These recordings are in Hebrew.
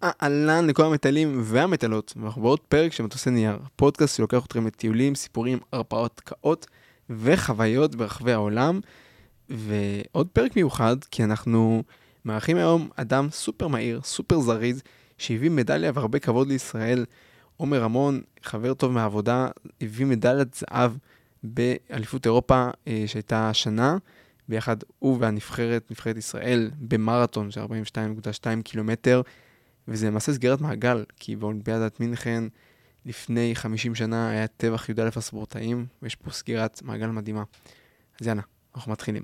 אהלן לכל המטיילים והמטיילות, ואנחנו בעוד פרק של מטוסי נייר, פודקאסט שלוקח אתכם לטיולים, סיפורים, הרפאות, תקעות וחוויות ברחבי העולם, ועוד פרק מיוחד, כי אנחנו מארחים היום אדם סופר מהיר, סופר זריז, שהביא מדליה והרבה כבוד לישראל. עומר רמון, חבר טוב מהעבודה, הביא מדליית זהב באליפות אירופה שהייתה השנה, ביחד הוא והנבחרת, נבחרת ישראל, במרתון של 42.2 קילומטר, וזה למעשה סגירת מעגל, כי באולימפיאדת מינכן לפני 50 שנה היה טבח י"א הספורטאים, ויש פה סגירת מעגל מדהימה. אז יאללה, אנחנו מתחילים.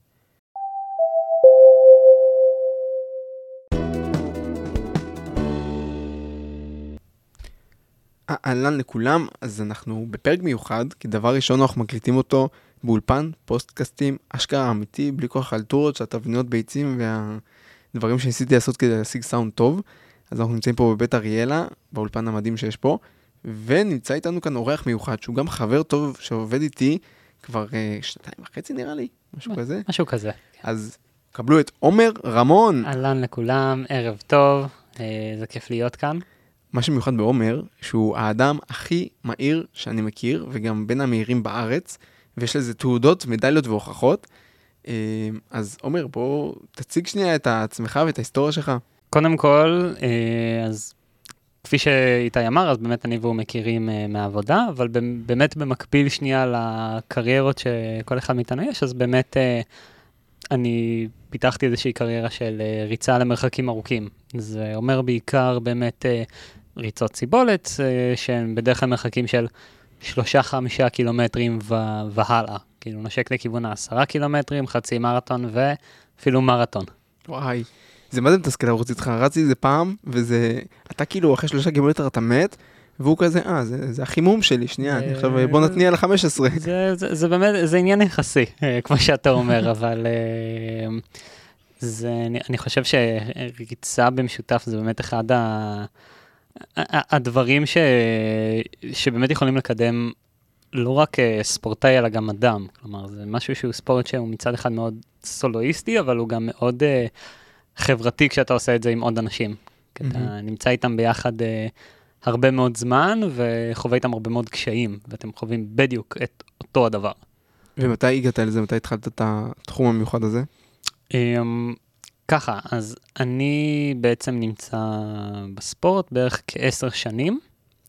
אהלן לכולם, אז אנחנו בפרק מיוחד, כי דבר ראשון אנחנו מקליטים אותו באולפן, פוסטקאסטים, אשכרה אמיתי, בלי כוח חלטורות, שהתבניות ביצים והדברים שניסיתי לעשות כדי להשיג סאונד טוב. אז אנחנו נמצאים פה בבית אריאלה, באולפן המדהים שיש פה, ונמצא איתנו כאן אורח מיוחד, שהוא גם חבר טוב שעובד איתי כבר 2.5 נראה לי, משהו כזה. משהו כזה. אז קבלו את עומר רמון. אהלן לכולם, ערב טוב, זה כיף להיות כאן. מה שמיוחד בעומר, שהוא האדם הכי מהיר שאני מכיר, וגם בין המהירים בארץ, ויש לזה תעודות, מדליות והוכחות. אז עומר, בוא תציג שנייה את עצמך ואת ההיסטוריה שלך. קודם כל, אז כפי שאיתי אמר, אז באמת אני והוא מכירים מהעבודה, אבל באמת במקביל שנייה לקריירות שכל אחד מאיתנו יש, אז באמת אני פיתחתי איזושהי קריירה של ריצה למרחקים ארוכים. זה אומר בעיקר באמת ריצות סיבולת, שהן בדרך כלל מרחקים של 3-5 קילומטרים והלאה. כאילו נשק לכיוון 10 קילומטרים, חצי מרתון ואפילו מרתון. וואי, זה מה זה מתסכל לרוץ איתך? רצתי איזה פעם, וזה, אתה כאילו אחרי 3 קילומטר אתה מת, והוא כזה, זה החימום שלי, שנייה, עכשיו בוא נתניע ל-15. זה באמת, זה עניין יחסי, כמו שאתה אומר, אבל אני חושב שריצה במשותף זה באמת אחד הדברים שבאמת יכולים לקדם לא רק ספורטאי, אלא גם אדם. כלומר, זה משהו שהוא ספורט שהוא מצד אחד מאוד סולואיסטי, אבל הוא גם מאוד חברתי כשאתה עושה את זה עם עוד אנשים. כי אתה נמצא איתם ביחד הרבה מאוד זמן, וחווה איתם הרבה מאוד קשיים, ואתם חווים בדיוק את אותו הדבר. ומתי הגעת לזה? מתי התחלת את התחום המיוחד הזה? ככה, אז אני בעצם נמצא בספורט בערך כ10 שנים,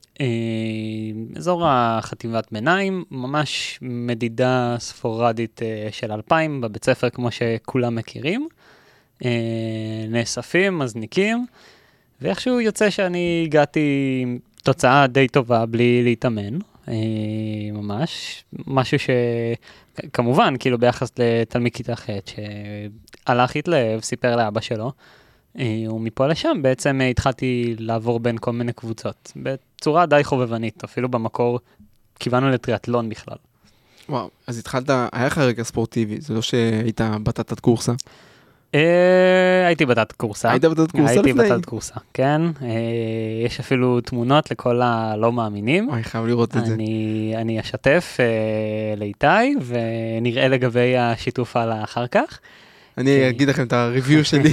אזור החטיבת ביניים, ממש מדידה ספורדית של 2000 בבית ספר כמו שכולם מכירים, נאספים, מזניקים, ואיכשהו יוצא שאני הגעתי עם תוצאה די טובה בלי להתאמן, ממש, משהו שכמובן, כאילו ביחס לתלמיד כיתה ח' שהלך התלהב, סיפר לאבא שלו, ומפה לשם בעצם התחלתי לעבור בין כל מיני קבוצות, בצורה די חובבנית, אפילו במקור כיוונו לטריאטלון בכלל. וואו, אז התחלת, היה לך רגע ספורטיבי, זה לא שהיית בתת קורסה? הייתי בתת קורסה. היית בתת קורסה לפני? הייתי בתת קורסה, כן. יש אפילו תמונות לכל הלא מאמינים. וואי, חייב לראות את זה. אני אשתף לאיתי, ונראה לגבי השיתוף הלאה אחר כך. אני אגיד לכם את הריוויו שלי.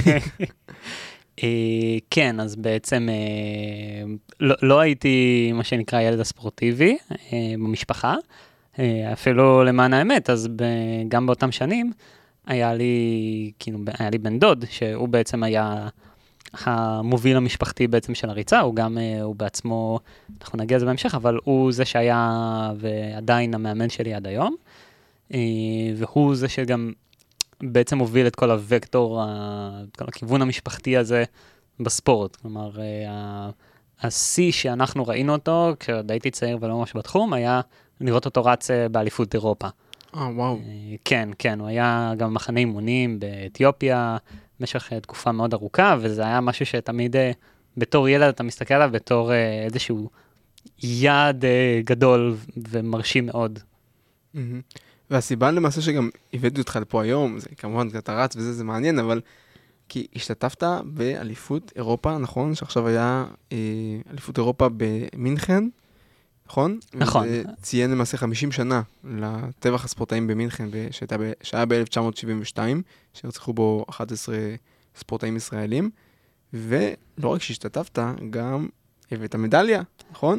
כן, אז בעצם לא הייתי מה שנקרא ילד הספורטיבי במשפחה, אפילו למען האמת, אז גם באותם שנים, היה לי בן דוד, שהוא בעצם היה המוביל המשפחתי בעצם של הריצה, הוא בעצמו, אנחנו נגיע לזה בהמשך, אבל הוא זה שהיה ועדיין המאמן שלי עד היום, והוא זה שגם בעצם הוביל את כל הוקטור, את כל הכיוון המשפחתי הזה בספורט. כלומר, השיא שאנחנו ראינו אותו, כשעוד הייתי צעיר ולא ממש בתחום, היה לראות אותו רץ באליפות אירופה. וואו. כן, כן, הוא היה גם מחנה אימונים באתיופיה, במשך תקופה מאוד ארוכה, וזה היה משהו שתמיד בתור ילד אתה מסתכל עליו בתור איזשהו יעד גדול ומרשים מאוד. והסיבה למעשה שגם הבאתי אותך לפה היום, זה כמובן אתה רץ וזה, זה מעניין, אבל כי השתתפת באליפות אירופה, נכון? שעכשיו היה אליפות אירופה במינכן, נכון? נכון. וזה ציין למעשה 50 שנה לטבח הספורטאים במינכן, שהיה ב-1972, שרצחו בו 11 ספורטאים ישראלים, ולא רק שהשתתפת, גם הבאת מדליה, נכון?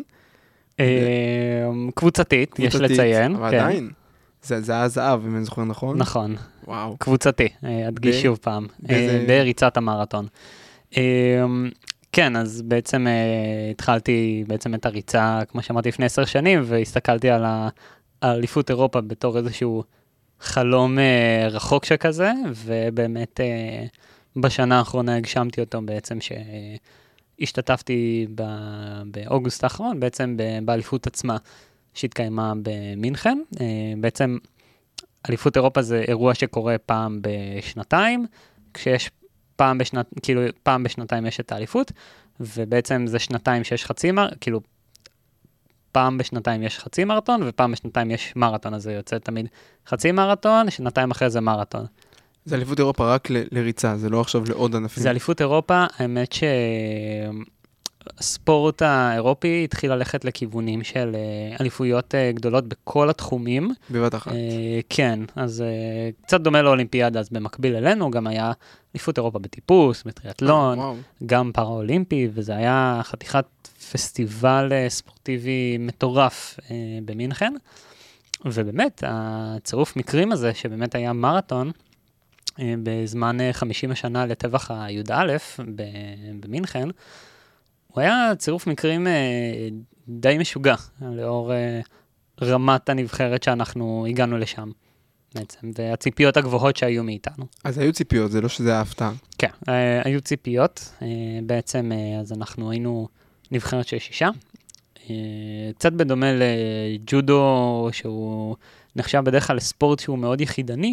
קבוצתית, יש לציין. אבל עדיין, זה היה זהב, אם אני זוכר נכון. נכון. וואו. קבוצתי, אדגיש שוב פעם, בריצת המרתון. כן, אז בעצם התחלתי בעצם את הריצה, כמו שאמרתי, לפני 10 שנים, והסתכלתי על האליפות אירופה בתור איזשהו חלום רחוק שכזה, ובאמת בשנה האחרונה הגשמתי אותו בעצם שהשתתפתי באוגוסט האחרון, בעצם באליפות עצמה שהתקיימה במינכן. בעצם אליפות אירופה זה אירוע שקורה פעם בשנתיים, כשיש פעם בשנתיים יש את האליפות, ובעצם זה שנתיים שיש כאילו, פעם בשנתיים יש חצי מרתון, ופעם בשנתיים יש מרתון, אז זה יוצא תמיד חצי מרתון, שנתיים אחרי זה מרתון. זה אליפות אירופה רק לריצה, זה לא עכשיו לעוד ענפים. זה אליפות אירופה, האמת הספורט האירופי התחיל ללכת לכיוונים של אליפויות גדולות בכל התחומים. בבת אחת. כן, אז קצת דומה לאולימפיאדה, אז במקביל אלינו גם היה אליפות אירופה בטיפוס, בטריאטלון, גם פאראולימפי, וזה היה חתיכת פסטיבל ספורטיבי מטורף במינכן. ובאמת, הצירוף מקרים הזה, שבאמת היה מרתון, בזמן 50 השנה לטבח הי"א במינכן, הוא היה צירוף מקרים די משוגע, לאור רמת הנבחרת שאנחנו הגענו לשם, בעצם, והציפיות הגבוהות שהיו מאיתנו. אז היו ציפיות, זה לא שזה היה הפתעה. כן, היו ציפיות, בעצם, אז אנחנו היינו נבחרת של 6, קצת בדומה לג'ודו, שהוא נחשב בדרך כלל לספורט שהוא מאוד יחידני,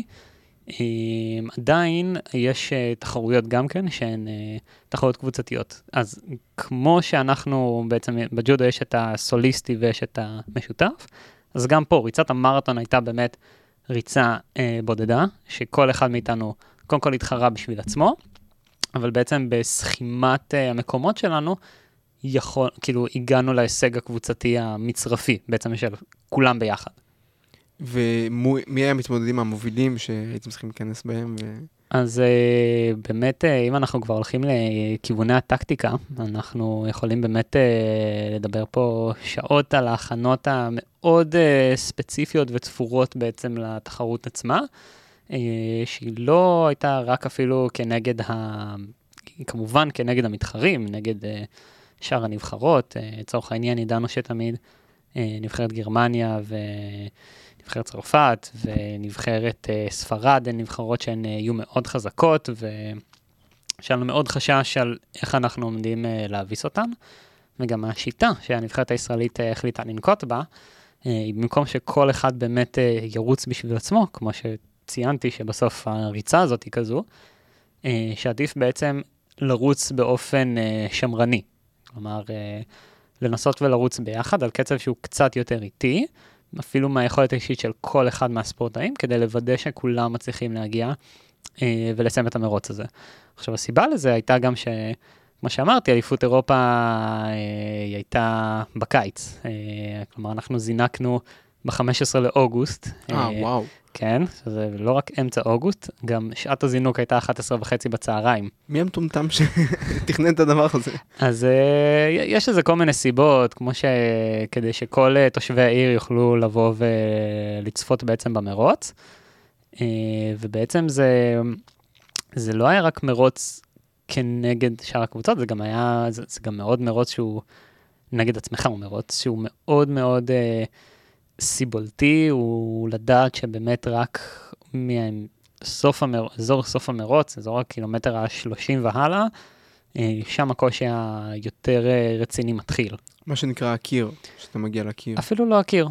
עדיין יש תחרויות גם כן, שהן תחרויות קבוצתיות. אז כמו שאנחנו בעצם, בג'ודו יש את הסוליסטי ויש את המשותף, אז גם פה ריצת המרתון הייתה באמת ריצה בודדה, שכל אחד מאיתנו קודם כל התחרה בשביל עצמו, אבל בעצם בסכימת המקומות שלנו, כאילו הגענו להישג הקבוצתי המצרפי, בעצם של כולם ביחד. ומי היה המתמודדים המובילים שהייתם צריכים להיכנס בהם? אז באמת, אם אנחנו כבר הולכים לכיווני הטקטיקה, אנחנו יכולים באמת לדבר פה שעות על ההכנות המאוד ספציפיות ותפורות בעצם לתחרות עצמה, שהיא לא הייתה רק אפילו כנגד, כמובן כנגד המתחרים, נגד שאר הנבחרות. לצורך העניין ידענו שתמיד נבחרת גרמניה נבחרת צרפת ונבחרת ספרד, הן נבחרות שהן יהיו מאוד חזקות, ושהיה לנו מאוד חשש על איך אנחנו עומדים להביס אותן, וגם השיטה שהנבחרת הישראלית החליטה לנקוט בה, במקום שכל אחד באמת ירוץ בשביל עצמו, כמו שציינתי שבסוף הריצה הזאת היא כזו, שעדיף בעצם לרוץ באופן שמרני, כלומר לנסות ולרוץ ביחד על קצב שהוא קצת יותר איטי, אפילו מהיכולת האישית של כל אחד מהספורטאים, כדי לוודא שכולם מצליחים להגיע ולסיים את המרוץ הזה. עכשיו, הסיבה לזה הייתה גם כמו שאמרתי, אליפות אירופה היא הייתה בקיץ. כלומר, אנחנו זינקנו ב-15 לאוגוסט. וואו. כן, זה לא רק אמצע אוגוסט, גם שעת הזינוק הייתה 11:30 בצהריים. מי המטומטם שתכנן את הדבר הזה? אז יש לזה כל מיני סיבות, כמו כדי שכל תושבי העיר יוכלו לבוא ולצפות בעצם במרוץ, ובעצם זה לא היה רק מרוץ כנגד שאר הקבוצות, זה גם מאוד מרוץ שהוא נגד עצמך, הוא מרוץ שהוא מאוד מאוד סיבולתי, הוא לדעת שבאמת רק אזור סוף המרוץ, אזור הקילומטר ה-30 והלאה, שם הקושי היותר רציני מתחיל. מה שנקרא הקיר, שאתה מגיע לקיר. אפילו לא הקיר.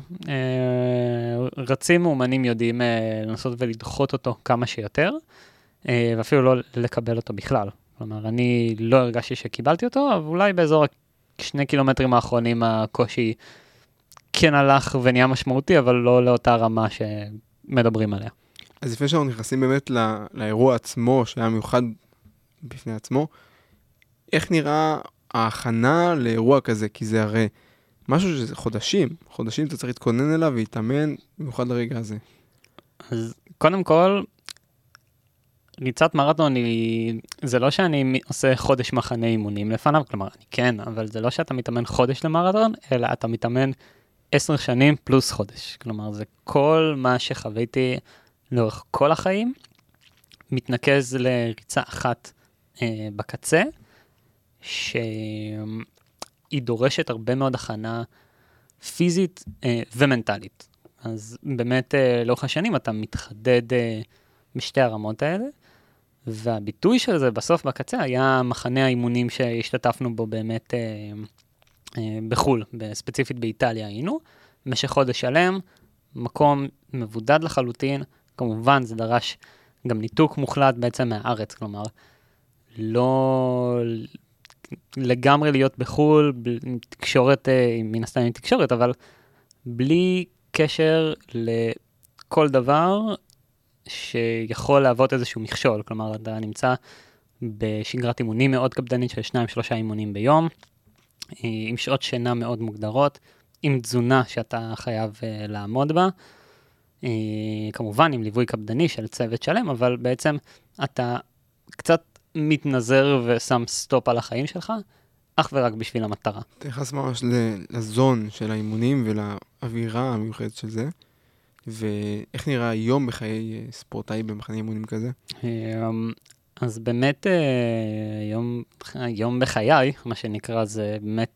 רצים מאומנים יודעים לנסות ולדחות אותו כמה שיותר, ואפילו לא לקבל אותו בכלל. כלומר, אני לא הרגשתי שקיבלתי אותו, אבל אולי באזור 2 קילומטרים האחרונים הקושי כן הלך ונהיה משמעותי, אבל לא לאותה רמה שמדברים עליה. אז לפני שאנחנו נכנסים באמת לאירוע עצמו, שהיה מיוחד בפני עצמו, איך נראה ההכנה לאירוע כזה? כי זה הרי משהו שזה חודשים אתה צריך להתכונן אליו ולהתאמן במיוחד לרגע הזה. אז קודם כל, ריצת מרתון זה לא שאני עושה חודש מחנה אימונים לפניו, כלומר, אני כן, אבל זה לא שאתה מתאמן חודש למרתון, אלא אתה מתאמן 10 שנים פלוס חודש. כלומר, זה כל מה שחוויתי לאורך כל החיים, מתנקז לריצה אחת בקצה, שהיא דורשת הרבה מאוד הכנה פיזית ומנטלית. אז באמת לאורך השנים אתה מתחדד בשתי הרמות האלה, והביטוי של זה בסוף בקצה היה מחנה האימונים שהשתתפנו בו באמת בחול, ספציפית באיטליה היינו, במשך חודש שלם, מקום מבודד לחלוטין, כמובן זה דרש גם ניתוק מוחלט בעצם מהארץ, כלומר, לא לגמרי להיות בחול, עם תקשורת, מן הסתם עם תקשורת, אבל בלי קשר לכל דבר שיכול להוות איזשהו מכשול, כלומר, אתה נמצא בשגרת אימונים מאוד קפדנית של 2-3 אימונים ביום, עם שעות שינה מאוד מוגדרות, עם תזונה שאתה חייב לעמוד בה, כמובן עם ליווי קפדני של צוות שלם, אבל בעצם אתה קצת מתנזר ושם סטופ על החיים שלך, אך ורק בשביל המטרה. אתה נכנס ממש לזון של האימונים ולאווירה המיוחדת של זה, ואיך נראה יום בחיי ספורטאי במחנה אימונים כזה? אז באמת יום בחיי, מה שנקרא, זה באמת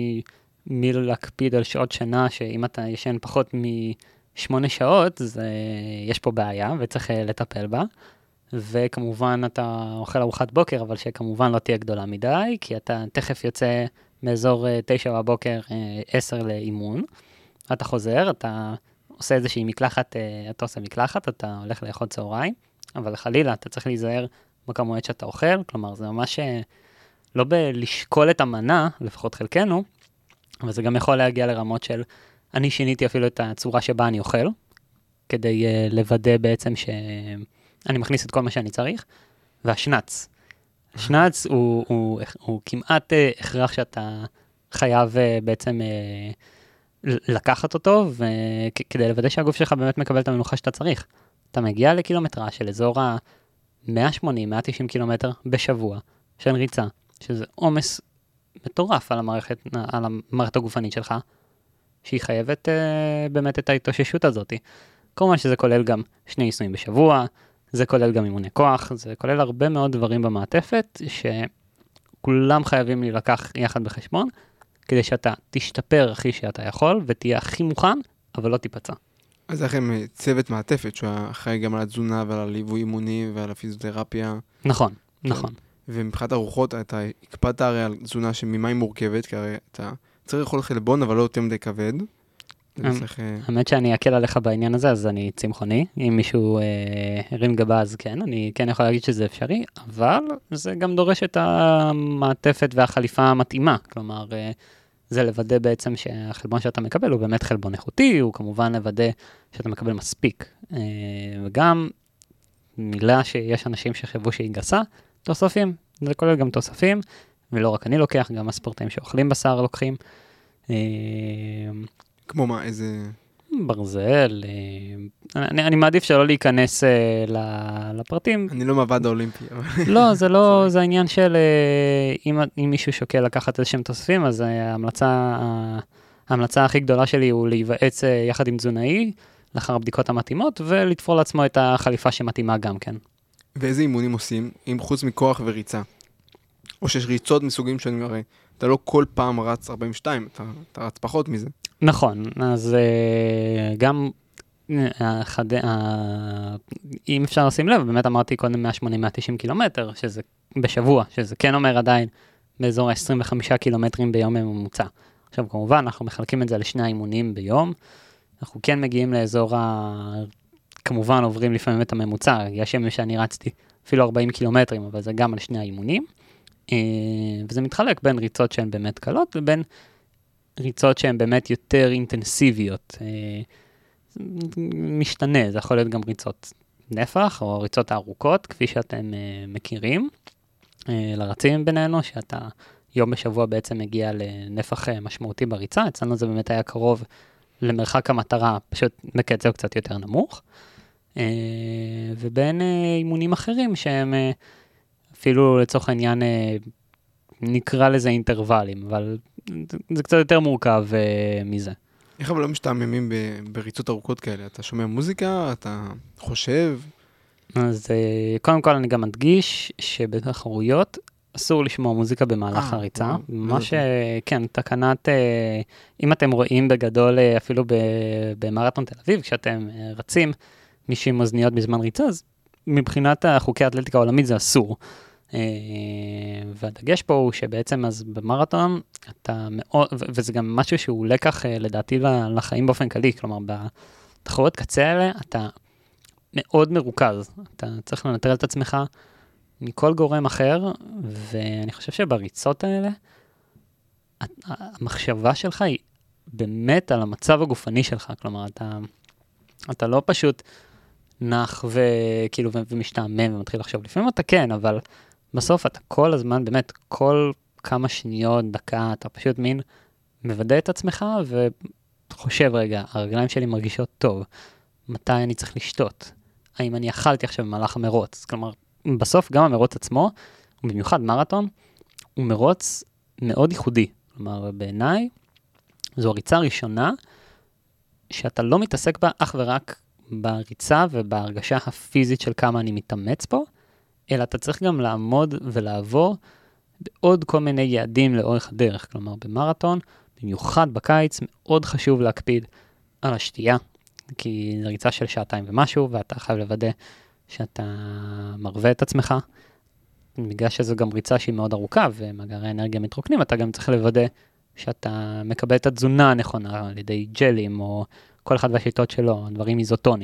מלהקפיד על שעות שינה, שאם אתה ישן פחות מ8 שעות, יש פה בעיה וצריך לטפל בה. וכמובן אתה אוכל ארוחת בוקר, אבל שכמובן לא תהיה גדולה מדי, כי אתה תכף יוצא מאזור 9 בבוקר, 10 לאימון. אתה חוזר, אתה עושה איזושהי מקלחת, אתה עושה מקלחת, אתה הולך לאכול צהריים, אבל חלילה, אתה צריך להיזהר בכמויות שאתה אוכל, כלומר זה ממש לא בלשקול את המנה, לפחות חלקנו, אבל זה גם יכול להגיע לרמות של, אני שיניתי אפילו את הצורה שבה אני אוכל, כדי לוודא בעצם שאני מכניס את כל מה שאני צריך, והשנץ. השנץ הוא כמעט הכרח שאתה חייב בעצם לקחת אותו, כדי לוודא שהגוף שלך באמת מקבל את המנוחה שאתה צריך. אתה מגיע לקילומטרה של אזור ה-180-190 קילומטר בשבוע של ריצה, שזה עומס מטורף על המערכת הגופנית שלך, שהיא חייבת באמת את ההתאוששות הזאת. כמובן שזה כולל גם 2 ניסויים בשבוע, זה כולל גם אימוני כוח, זה כולל הרבה מאוד דברים במעטפת, שכולם חייבים להילקח יחד בחשבון, כדי שאתה תשתפר הכי שאתה יכול, ותהיה הכי מוכן, אבל לא תיפצע. אז לכם צוות מעטפת, שהוא אחראי גם על התזונה ועל הליווי אימוני ועל הפיזיותרפיה. נכון, נכון. ומבחינת ארוחות, אתה הקפדת הרי על תזונה שממה היא מורכבת, כי הרי אתה צריך לאכול חלבון, אבל לא יותר מדי כבד. האמת שאני אקל עליך בעניין הזה, אז אני צמחוני. אם מישהו הרים גבה, אז כן, אני כן יכול להגיד שזה אפשרי, אבל זה גם דורש את המעטפת והחליפה המתאימה. כלומר, זה לוודא בעצם שהחלבון שאתה מקבל הוא באמת חלבון איכותי, הוא כמובן לוודא שאתה מקבל מספיק. וגם מילה שיש אנשים שחייבו שהיא גסה, תוספים, זה כולל גם תוספים, ולא רק אני לוקח, גם הספורטאים שאוכלים בשר לוקחים. כמו מה, איזה... ברזל, אני מעדיף שלא להיכנס לפרטים. אני לא מהוועד האולימפי. לא, זה לא, זה העניין של אם מישהו שוקל לקחת איזשהם תוספים, אז ההמלצה הכי גדולה שלי הוא להיוועץ יחד עם תזונאי, לאחר הבדיקות המתאימות, ולתפור לעצמו את החליפה שמתאימה גם כן. ואיזה אימונים עושים, אם חוץ מכוח וריצה? או שיש ריצות מסוגים שאני הרי, אתה לא כל פעם רץ 42, אתה רץ פחות מזה. נכון, אז גם אם אפשר לשים לב, באמת אמרתי קודם 180-190 קילומטר, שזה בשבוע, שזה כן אומר עדיין באזור ה-25 קילומטרים ביום ממוצע. עכשיו כמובן, אנחנו מחלקים את זה לשני האימונים ביום, אנחנו כן מגיעים לאזור כמובן עוברים לפעמים את הממוצע, יש ימים שאני רצתי אפילו 40 קילומטרים, אבל זה גם על שני האימונים, וזה מתחלק בין ריצות שהן באמת קלות, לבין ריצות שהן באמת יותר אינטנסיביות. משתנה, זה יכול להיות גם ריצות נפח, או ריצות ארוכות, כפי שאתם מכירים, לרצים בינינו, שאתה יום בשבוע בעצם מגיע לנפח משמעותי בריצה, אצלנו זה באמת היה קרוב למרחק המטרה, פשוט בקצב קצת יותר נמוך. ובין אימונים אחרים שהם אפילו לצורך העניין נקרא לזה אינטרוולים, אבל זה קצת יותר מורכב מזה. איך אבל לא משתעממים בריצות ארוכות כאלה? אתה שומע מוזיקה? אתה חושב? אז קודם כל אני גם מדגיש שבתחרויות אסור לשמוע מוזיקה במהלך הריצה. ממש, כן, תקנת, אם אתם רואים בגדול אפילו במרתון תל אביב, כשאתם רצים מישהו עם אוזניות בזמן ריצה, אז מבחינת חוקי האתלטיקה העולמית זה אסור. והדגש פה הוא שבעצם אז במרתון, אתה מאוד, וזה גם משהו שהוא לקח לדעתי לחיים באופן כללי, כלומר בתחרויות קצה האלה, אתה מאוד מרוכז, אתה צריך לנטרל את עצמך מכל גורם אחר, ואני חושב שבריצות האלה, המחשבה שלך היא באמת על המצב הגופני שלך, כלומר, אתה לא פשוט נח וכאילו ומשתעמם ומתחיל לחשוב, לפעמים אתה כן, אבל בסוף אתה כל הזמן, באמת, כל כמה שניות, דקה, אתה פשוט מין מוודא את עצמך וחושב, רגע, הרגליים שלי מרגישות טוב, מתי אני צריך לשתות? האם אני אכלתי עכשיו במהלך המרוץ? כלומר, בסוף גם המרוץ עצמו, ובמיוחד מרתון, הוא מרוץ מאוד ייחודי. כלומר, בעיניי, זו הריצה הראשונה שאתה לא מתעסק בה אך ורק בריצה ובהרגשה הפיזית של כמה אני מתאמץ פה, אלא אתה צריך גם לעמוד ולעבור בעוד כל מיני יעדים לאורך הדרך. כלומר, במרתון, במיוחד בקיץ, מאוד חשוב להקפיד על השתייה, כי זו ריצה של 2 ומשהו, ואתה חייב לוודא שאתה מרווה את עצמך. בגלל שזו גם ריצה שהיא מאוד ארוכה, ומאגרי אנרגיה מתרוקנים, אתה גם צריך לוודא שאתה מקבל את התזונה הנכונה על ידי ג'לים, או כל אחד והשיטות שלו, דברים איזוטונים.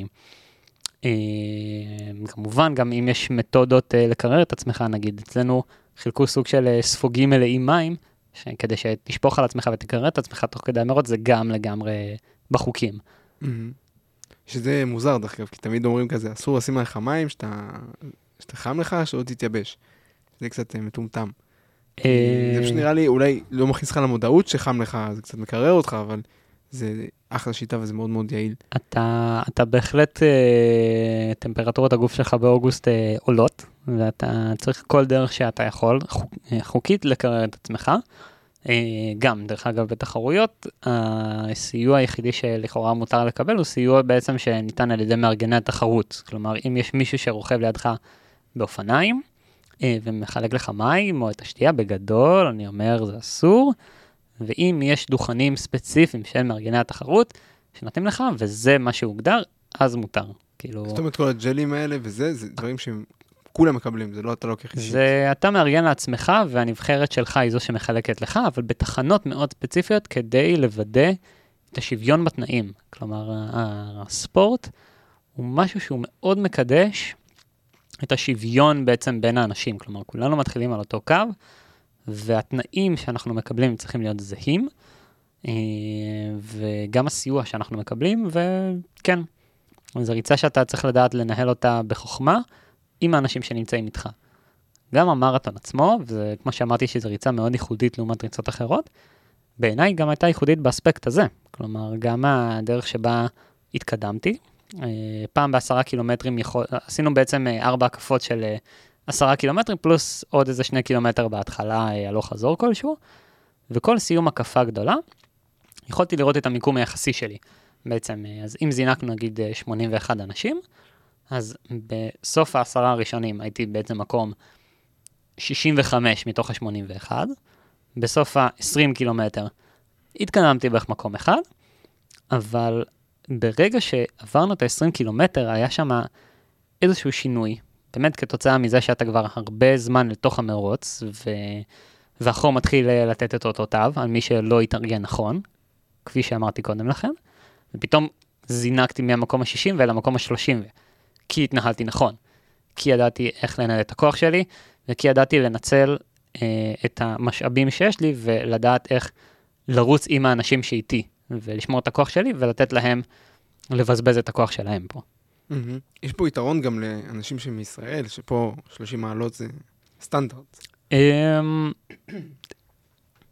כמובן, גם אם יש מתודות לקרר את עצמך, נגיד, אצלנו חילקו סוג של ספוגים מלאים מים, כדי שתשפוך על עצמך ותקרר את עצמך תוך כדי המרוץ, זה גם לגמרי בחוקים. שזה מוזר דרך כלל, כי תמיד אומרים כזה, אסור לשים עליך מים, שאתה חם לך, שלא תתייבש. זה קצת מטומטם. זה פשוט נראה לי, אולי לא מכניס לך למודעות שחם לך, זה קצת מקרר אותך, אבל זה אחלה שיטה וזה מאוד מאוד יעיל. אתה בהחלט, טמפרטורת הגוף שלך באוגוסט עולות, ואתה צריך כל דרך שאתה יכול, חוקית לקרר את עצמך. גם, דרך אגב, בתחרויות, הסיוע היחידי שלכאורה מותר לקבל, הוא סיוע בעצם שניתן על ידי מארגני התחרות. כלומר, אם יש מישהו שרוכב לידך באופניים, ומחלק לך מים או את השתייה בגדול, אני אומר, זה אסור. ואם יש דוכנים ספציפיים של מארגני התחרות, שנותנים לך, וזה מה שהוגדר, אז מותר. זאת אומרת, כל הג'לים האלה וזה, זה דברים שהם כולם מקבלים, זה לא אתה לוקח אישית. זה אתה מארגן לעצמך, והנבחרת שלך היא זו שמחלקת לך, אבל בתחנות מאוד ספציפיות, כדי לוודא את השוויון בתנאים. כלומר, הספורט הוא משהו שהוא מאוד מקדש את השוויון בעצם בין האנשים. כלומר, כולנו מתחילים על אותו קו, והתנאים שאנחנו מקבלים צריכים להיות זהים, וגם הסיוע שאנחנו מקבלים, וכן, זו ריצה שאתה צריך לדעת לנהל אותה בחוכמה, עם האנשים שנמצאים איתך. גם המרתון עצמו, וכמו שאמרתי שזו ריצה מאוד ייחודית לעומת ריצות אחרות, בעיניי גם הייתה ייחודית באספקט הזה. כלומר, גם הדרך שבה התקדמתי, פעם ב10 קילומטרים עשינו בעצם 4 הקפות של 10 קילומטרים, פלוס עוד איזה 2 קילומטר בהתחלה, הלוך חזור כלשהו, וכל סיום הקפה גדולה, יכולתי לראות את המיקום היחסי שלי. בעצם, אז אם זינקנו נגיד 81 אנשים, אז בסוף ה10 הראשונים הייתי בעצם מקום 65 מתוך ה-81, בסוף ה-20 קילומטר התקדמתי בערך מקום אחד, אבל ברגע שעברנו את ה-20 קילומטר, היה שם איזשהו שינוי, באמת כתוצאה מזה שאתה כבר הרבה זמן לתוך המרוץ, והחור מתחיל לתת את אותותיו על מי שלא התארגן נכון, כפי שאמרתי קודם לכן, ופתאום זינקתי מהמקום ה-60 ואל המקום ה-30, כי התנהלתי נכון, כי ידעתי איך לנהל את הכוח שלי, וכי ידעתי לנצל את המשאבים שיש לי, ולדעת איך לרוץ עם האנשים שאיתי, ולשמור את הכוח שלי, ולתת להם לבזבז את הכוח שלהם פה. יש פה יתרון גם לאנשים שמישראל, שפה 30 מעלות זה סטנדרט.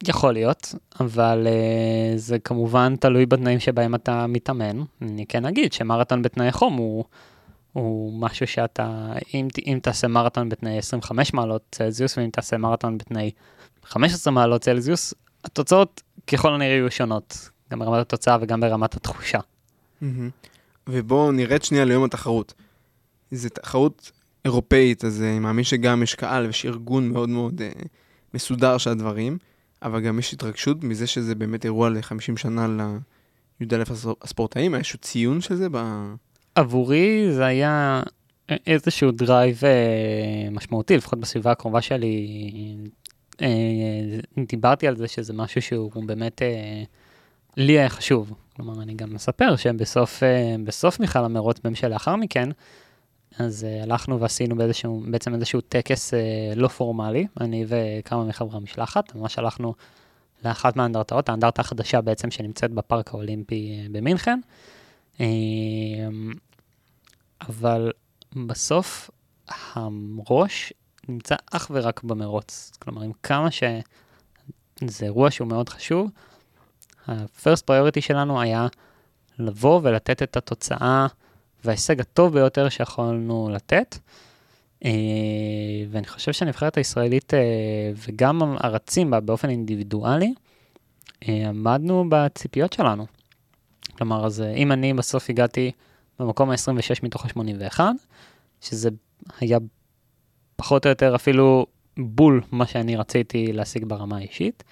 יכול להיות, אבל זה כמובן תלוי בתנאים שבהם אתה מתאמן. אני כן אגיד שמרתון בתנאי חום הוא משהו שאתה, אם תעשה מרתון בתנאי 25 מעלות צלזיוס, ואם תעשה מרתון בתנאי 15 מעלות צלזיוס, התוצאות ככל הנראה יהיו שונות, גם ברמת התוצאה וגם ברמת התחושה. ובואו נרד שנייה ליום התחרות. זו תחרות אירופאית, אז אני מאמין שגם יש קהל ויש ארגון מאוד מאוד מסודר של הדברים, אבל גם יש התרגשות מזה שזה באמת אירוע ל-50 שנה לי"א הספורטאים. היה איזשהו ציון של זה עבורי זה היה איזשהו דרייב משמעותי, לפחות בסביבה הקרובה שלי. דיברתי על זה שזה משהו שהוא באמת לי היה חשוב. כלומר, אני גם מספר שבסוף מיכל המרוץ במשל לאחר מכן, אז הלכנו ועשינו בעצם איזשהו טקס לא פורמלי, אני וכמה מחברי המשלחת, ממש הלכנו לאחת מהאנדרטאות, האנדרטה החדשה בעצם שנמצאת בפארק האולימפי במינכן, אבל בסוף הראש נמצא אך ורק במרוץ, כלומר, עם כמה שזה אירוע שהוא מאוד חשוב, ה-first priority שלנו היה לבוא ולתת את התוצאה וההישג הטוב ביותר שיכולנו לתת, ואני חושב שהנבחרת הישראלית וגם הרצים בה באופן אינדיבידואלי, עמדנו בציפיות שלנו. כלומר, אז אם אני בסוף הגעתי במקום ה-26 מתוך ה-81, שזה היה פחות או יותר אפילו בול מה שאני רציתי להשיג ברמה האישית,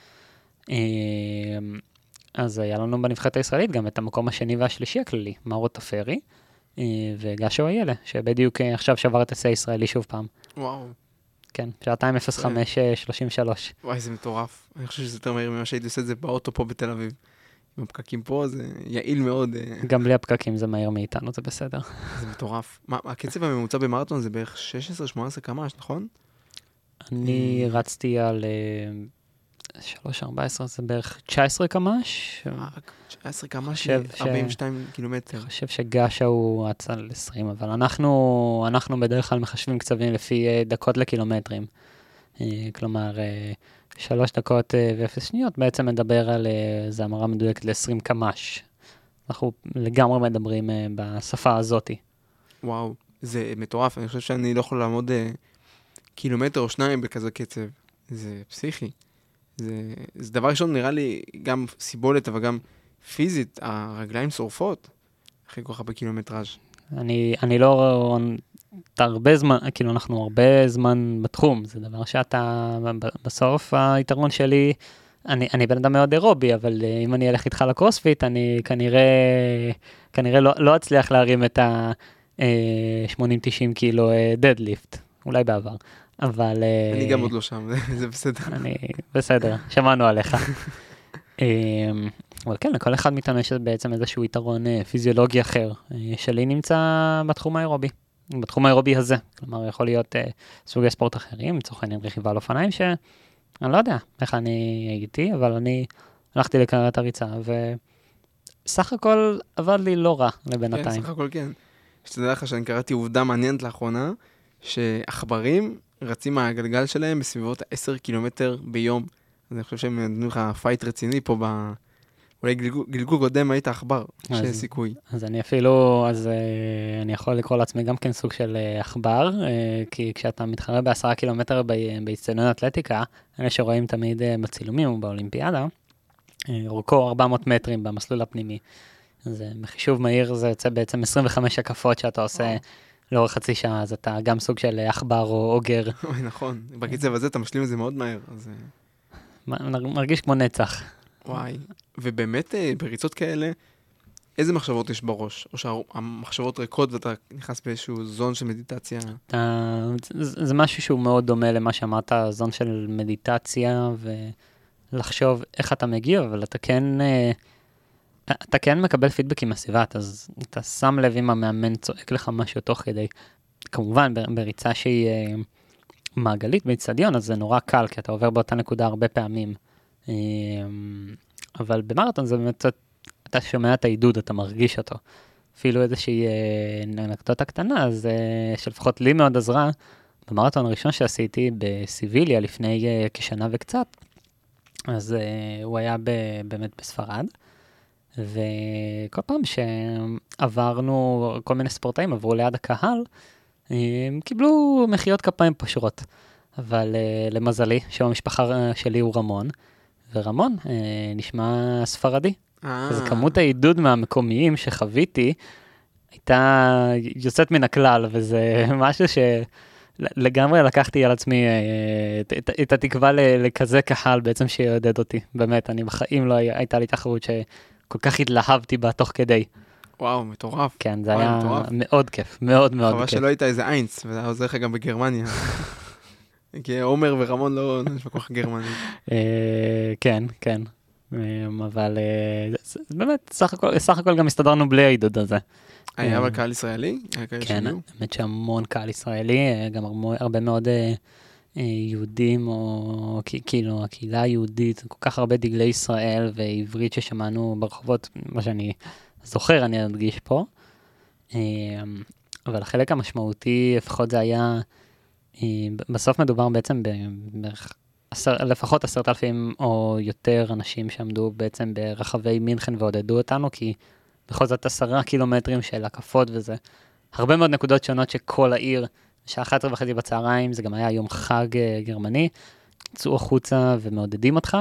אז היה לנו בנבחרת הישראלית גם את המקום השני והשלישי הכללי, מאור תפרי, וגשו איילה, שבדיוק עכשיו שבר את השיא הישראלי שוב פעם. וואו. כן, שעתיים 05:33. וואי, זה מטורף. אני חושב שזה יותר מהיר ממה שהייתי עושה את זה באוטו פה בתל אביב. עם הפקקים פה זה יעיל מאוד. גם בלי הפקקים זה מהיר מאיתנו, זה בסדר. זה מטורף. מה, הקצב הממוצע במרתון זה בערך 16-18 קמ"ש, נכון? אני רצתי על 3.14, זה בערך 19 קמ"ש. 19 קמ"ש, 42 קילומטר. אני חושב שגשה הוא רץ על 20, אבל אנחנו בדרך כלל מחשבים קצבים לפי דקות לקילומטרים. כלומר, 3 דקות ו0 שניות בעצם מדבר על, זה המרה מדויקת ל-20 קמ"ש. אנחנו לגמרי מדברים בשפה הזאת. וואו, זה מטורף. אני חושב שאני לא יכול לעמוד קילומטר או שניים בכזה קצב. זה פסיכי. זה דבר ראשון, נראה לי גם סיבולת, אבל גם פיזית, הרגליים שורפות אחרי כל כך הרבה קילומטראז'. אני לא, הרבה זמן, כאילו אנחנו הרבה זמן בתחום, זה דבר שאתה, בסוף היתרון שלי, אני בן אדם מאוד אירובי, אבל אם אני אלך איתך לקרוספיט, אני כנראה לא אצליח להרים את ה-80-90 קילו דדליפט, אולי בעבר. אבל אני גם עוד לא שם, זה בסדר. בסדר, שמענו עליך. אבל כן, לכל אחד מאיתנו יש בעצם איזשהו יתרון פיזיולוגי אחר, שלי נמצא בתחום האירובי, בתחום האירובי הזה. כלומר, יכול להיות סוגי ספורט אחרים, לצורך העניין רכיבה על אופניים, שאני לא יודע איך אני הייתי, אבל אני הלכתי לקראת הריצה, וסך הכל עבד לי לא רע לבינתיים. כן, סך הכל כן. שתדע לך שאני קראתי עובדה מעניינת לאחרונה, שעכברים רצים מהגלגל שלהם בסביבות 10 קילומטר ביום. אז אני חושב שהם נתנו לך פייט רציני פה אולי גלגול קודם היית עכבר, שיש סיכוי. אז אני יכול לקרוא לעצמי גם כן סוג של עכבר, כי כשאתה מתחרה ב10 קילומטר באצטדיון אתלטיקה, אלה שרואים תמיד בצילומים ובאולימפיאדה, אורכו 400 מטרים במסלול הפנימי. אז בחישוב מהיר זה יוצא בעצם 25 הקפות שאתה עושה לאורך חצי שעה, אז אתה גם סוג של עכבר או אוגר. נכון, בקצב הזה אתה משלים את זה מאוד מהר. מרגיש כמו נצח. וואי, ובאמת בריצות כאלה, איזה מחשבות יש בראש? או שהמחשבות ריקות ואתה נכנס באיזשהו זון של מדיטציה? זה משהו שהוא מאוד דומה למה שאמרת, זון של מדיטציה, ולחשוב איך אתה מגיע, אבל אתה כן מקבל פידבקים מהסביבה, אז אתה שם לב אם המאמן צועק לך משהו תוך כדי. כמובן, בריצה שהיא מעגלית באצטדיון, אז זה נורא קל, כי אתה עובר באותה נקודה הרבה פעמים. אבל במרתון זה באמת, אתה שומע את העידוד, אתה מרגיש אותו. אפילו איזושהי אנקדוטה קטנה, אז שלפחות לי מאוד עזרה, במרתון הראשון שעשיתי בסיביליה לפני כשנה וקצת, אז הוא היה באמת בספרד, וכל פעם שעברנו, כל מיני ספורטאים עברו ליד הקהל, הם קיבלו מחיאות כפיים פושרות. אבל למזלי, שם המשפחה שלי הוא רמון, ורמון נשמע ספרדי. אז כמות העידוד מהמקומיים שחוויתי, הייתה יוצאת מן הכלל, וזה משהו שלגמרי לקחתי על עצמי את התקווה לכזה קהל בעצם שיעודד אותי. באמת, אני בחיים לא הייתה לי תחרות שכל כך התלהבתי בה תוך כדי. וואו, מטורף. כן, זה היה מאוד כיף, מאוד מאוד כיף. חבל שלא הייתה איזה איינס, וזה עוזר לך גם בגרמניה. כי עומר ורמון לא נשמע כל כך גרמני. כן, כן. אבל באמת, סך הכל גם הסתדרנו בלי העידוד הזה. היה אבל קהל ישראלי? כן, האמת שהמון קהל ישראלי, גם הרבה מאוד יהודים, או כאילו הקהילה היהודית, כל כך הרבה דגלי ישראל ועברית ששמענו ברחובות, מה שאני זוכר, אני אדגיש פה. אבל החלק המשמעותי, לפחות זה היה, בסוף מדובר בעצם בערך לפחות 10,000 או יותר אנשים שעמדו בעצם ברחבי מינכן ועודדו אותנו, כי בכל זאת 10 קילומטרים של הקפות וזה. הרבה מאוד נקודות שונות שכל העיר, שעה 11:30 בצהריים, זה גם היה יום חג גרמני, יצאו החוצה ומעודדים אותך,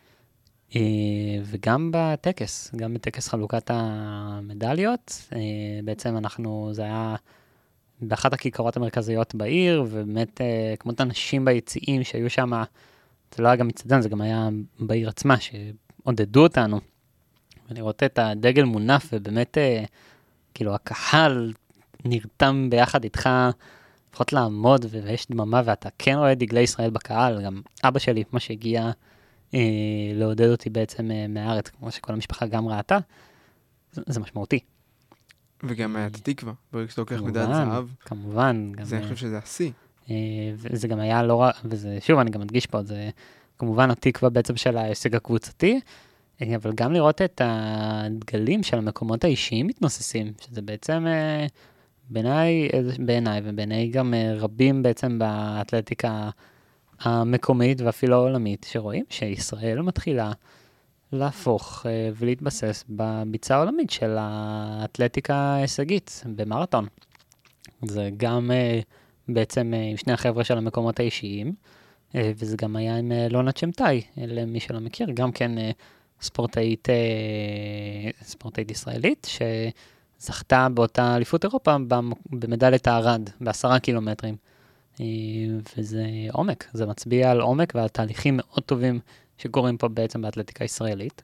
וגם בטקס, גם בטקס חלוקת המדליות, בעצם זה היה באחת הכיכרות המרכזיות בעיר, ובאמת כמות אנשים ביציעים שהיו שם, זה לא היה גם מצדן, זה גם היה בעיר עצמה, שעודדו אותנו. ולראות את הדגל מונף, ובאמת, כאילו, הקהל נרתם ביחד איתך, לפחות לעמוד, ויש דממה, ואתה כן רואה דגלי ישראל בקהל, גם אבא שלי, מה שהגיע לעודד אותי בעצם מהארץ, כמו שכל המשפחה גם ראתה, זה משמעותי. וגם היה את התקווה, ברגע שאתה לוקח מדליית זהב. כמובן. זה אני חושב שזה השיא. וזה גם היה לא רע, וזה, שוב, אני גם מדגיש פה, זה כמובן התקווה בעצם של ההישג הקבוצתי, אבל גם לראות את הדגלים של המקומות האישיים מתנוססים, שזה בעצם בעיניי ובעיניי גם רבים בעצם באתלטיקה המקומית ואפילו העולמית, שרואים שישראל מתחילה להפוך ולהתבסס בביצה העולמית של האתלטיקה ההישגית במרתון. זה גם בעצם עם שני החבר'ה של המקומות האישיים, וזה גם היה עם לונה צ'מטאי, למי שלא מכיר, גם כן ספורטאית ישראלית, שזכתה באותה אליפות אירופה במדליית הארד, ב10 קילומטרים. וזה עומק, זה מצביע על עומק ועל תהליכים מאוד טובים שקורים פה בעצם באתלטיקה הישראלית,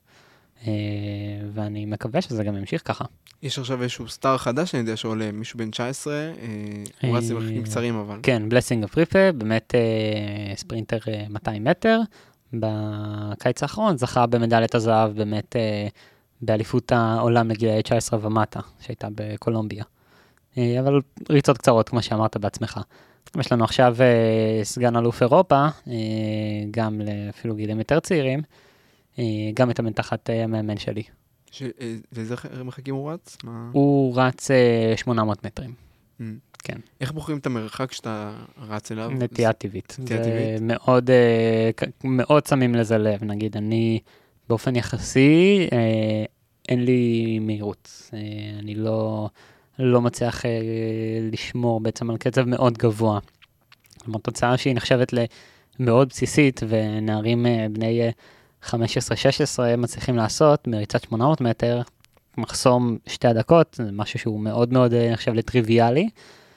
ואני מקווה שזה גם ימשיך ככה. יש עכשיו איזשהו סטאר חדש, אני יודע שעולה מישהו בן 19, הוא רץ למרחקים קצרים אבל. כן, בלסינג אפריפה, באמת ספרינטר 200 מטר, בקיץ האחרון זכה במדליית הזהב באמת באליפות העולם לגילאי 19 ומטה, שהייתה בקולומביה. אבל ריצות קצרות, כמו שאמרת בעצמך. יש לנו עכשיו סגן אלוף אירופה, גם אפילו גילים יותר צעירים, גם את המתחת המאמן שלי. ואיזה מרחקים הוא רץ? הוא רץ 800 מטרים. כן. איך בוחרים את המרחק שאתה רץ אליו? נטייה טבעית. מאוד, מאוד שמים לזה לב. נגיד, אני באופן יחסי, אין לי מהירות. אני לא מצליח לשמור בעצם על קצב מאוד גבוה. כלומר, תוצאה שהיא נחשבת למאוד בסיסית, ונערים בני 15-16 מצליחים לעשות מריצת 800 מטר, מחסום 2 דקות, זה משהו שהוא מאוד מאוד נחשב לטריוויאלי,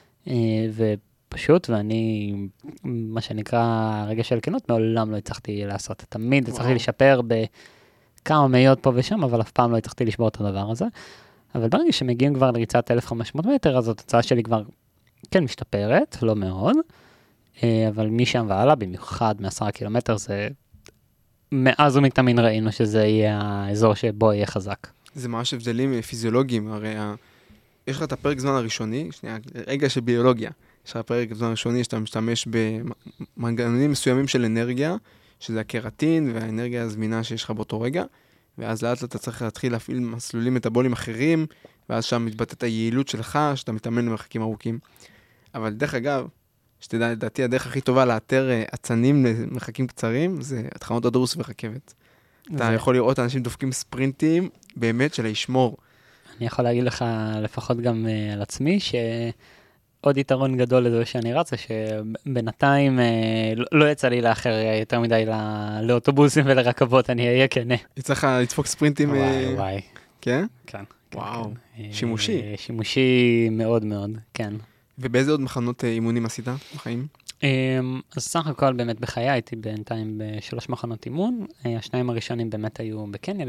ופשוט, ואני, מה שנקרא רגע של כנות, מעולם לא הצלחתי לעשות. תמיד הצלחתי לשפר בכמה מאיות פה ושם, אבל אף פעם לא הצלחתי לשבור את הדבר הזה. אבל ברגע שמגיעים כבר לריצת 1500 מטר, אז התוצאה שלי כבר כן משתפרת, לא מאוד, אבל משם והלאה, במיוחד מ10 קילומטר, זה מאז ומתמיד ראינו שזה יהיה האזור שבו יהיה חזק. זה ממש הבדלים פיזיולוגיים, הרי יש לך את הפרק זמן הראשוני, רגע של ביולוגיה, יש לך פרק זמן ראשוני שאתה משתמש במנגנונים מסוימים של אנרגיה, שזה הקרטין והאנרגיה הזמינה שיש לך באותו רגע, ואז לאט אתה צריך להתחיל להפעיל מסלולים מטאבוליים אחרים, ואז שם מתבטאת היעילות שלך, שאתה מתאמן למרחקים ארוכים. אבל דרך אגב, שתדע, לדעתי, הדרך הכי טובה לאתר עצנים למרחקים קצרים, זה התחנות אוטובוס ורכבת. אתה יכול לראות אנשים דופקים ספרינטים, באמת של הישמור. אני יכול להגיד לך, לפחות גם על עצמי, שעוד יתרון גדול לזה שאני רץ, זה שבינתיים לא יצא לי לאחר יותר מדי לאוטובוסים ולרכבות, אני אהיה כנה. יצא לך לדפוק ספרינטים... וואי. כן? כן. וואו, שימושי. שימושי מאוד מאוד, כן. ובאיזה עוד מחנות אימונים עשית בחיים? אז סך הכל באמת בחיי הייתי בינתיים ב3 מחנות אימון. השניים הראשונים באמת היו בקניה,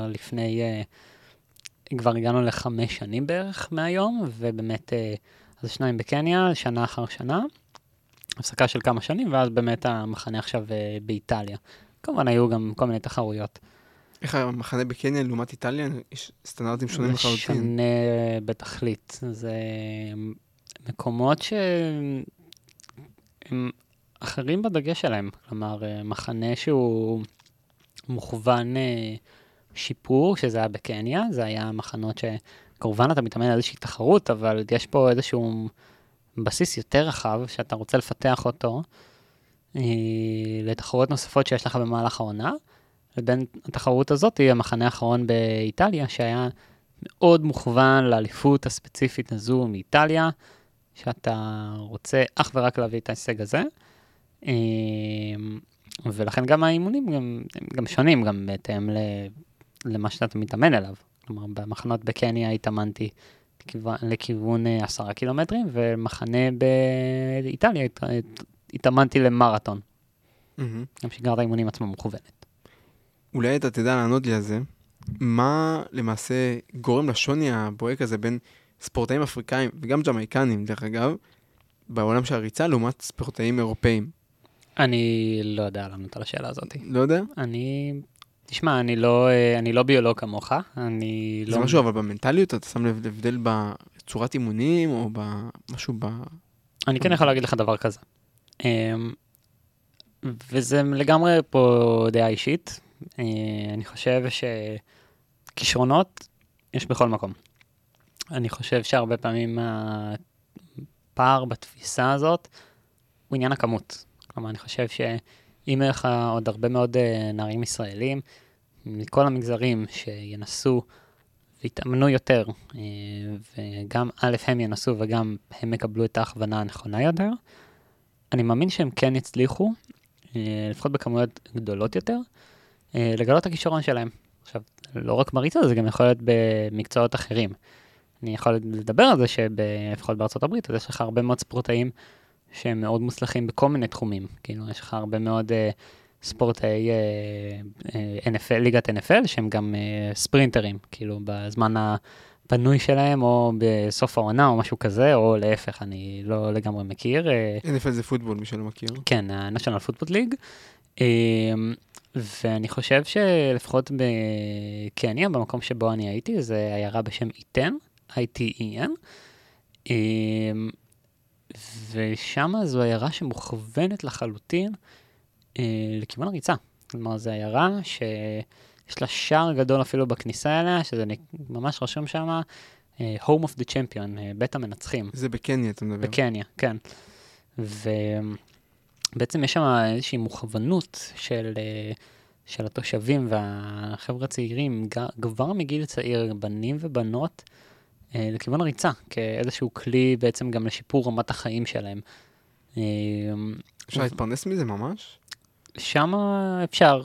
כבר הגענו ל5 שנים בערך מהיום, ובאמת אז 2 בקניה, שנה אחר שנה, הפסקה של כמה שנים, ואז באמת המחנה עכשיו באיטליה. כמובן היו גם כל מיני תחרויות. איך המחנה בקניה לעומת איטליה? יש סטנדרטים שונים לחלוטין. שונה בתכלית. זה מקומות שהם אחרים בדגש שלהם. כלומר, מחנה שהוא מוכוון שיפור, שזה היה בקניה. זה היה מחנות שכמובן אתה מתאמן על איזושהי תחרות, אבל יש פה איזשהו בסיס יותר רחב, שאתה רוצה לפתח אותו לתחרויות נוספות שיש לך במהלך העונה. לבין התחרות הזאת היא המחנה האחרון באיטליה, שהיה מאוד מוכוון לאליפות הספציפית הזו מאיטליה, שאתה רוצה אך ורק להביא את ההישג הזה. ולכן גם האימונים גם שונים, גם בהתאם למה שאתה מתאמן אליו. כלומר, במחנות בקניה התאמנתי לכיוון 10 קילומטרים, ומחנה באיטליה התאמנתי למרתון. גם שגרת האימונים עצמה מכוונת. אולי אתה תדע לענות לי על זה, מה למעשה גורם לשוני הבוהק הזה בין ספורטאים אפריקאים וגם ג'מייקנים, דרך אגב, בעולם של הריצה, לעומת ספורטאים אירופאים? אני לא יודע לענות על השאלה הזאת. לא יודע? תשמע, אני לא ביולוג כמוך, זה משהו, אבל במנטליות, אתה שם לב הבדל בצורת אימונים, או במשהו אני כן יכול להגיד לך דבר כזה. וזה לגמרי פה דעה אישית. אני חושב שכישרונות יש בכל מקום. אני חושב שהרבה פעמים הפער בתפיסה הזאת הוא עניין הכמות. כלומר, אני חושב שאם לך עוד הרבה מאוד נערים ישראלים, מכל המגזרים שינסו והתאמנו יותר, וגם א' הם ינסו וגם הם יקבלו את ההכוונה הנכונה יותר, אני מאמין שהם כן יצליחו, לפחות בכמויות גדולות יותר, לגלות את הכישרון שלהם. עכשיו, לא רק בריצה, זה גם יכול להיות במקצועות אחרים. אני יכול לדבר על זה שלפחות בארצות הברית, אז יש לך הרבה מאוד ספורטאים שהם מאוד מוצלחים בכל מיני תחומים. כאילו, יש לך הרבה מאוד ספורטאי NFL, ליגת NFL, שהם גם ספרינטרים, כאילו, בזמן הפנוי שלהם, או בסוף העונה, או משהו כזה, או להפך, אני לא לגמרי מכיר. NFL זה פוטבול, מי שלא מכיר. כן, ה-National Football League. ואני חושב שלפחות בקניה, במקום שבו אני הייתי, זה עיירה בשם איתן, I-T-E-N, ושם זו עיירה שמוכוונת לחלוטין לכיוון הריצה. כלומר, זו עיירה שיש לה שער גדול אפילו בכניסה אליה, שזה ממש רשום שם, Home of the Champion, בית המנצחים. זה בקניה, אתה מדבר. בקניה, כן. בעצם יש שם איזושהי מוכוונות של התושבים והחבר'ה הצעירים, כבר מגיל צעיר, בנים ובנות, לכיוון הריצה, כאיזשהו כלי בעצם גם לשיפור רמת החיים שלהם. אפשר להתפרנס מזה ממש? שם אפשר,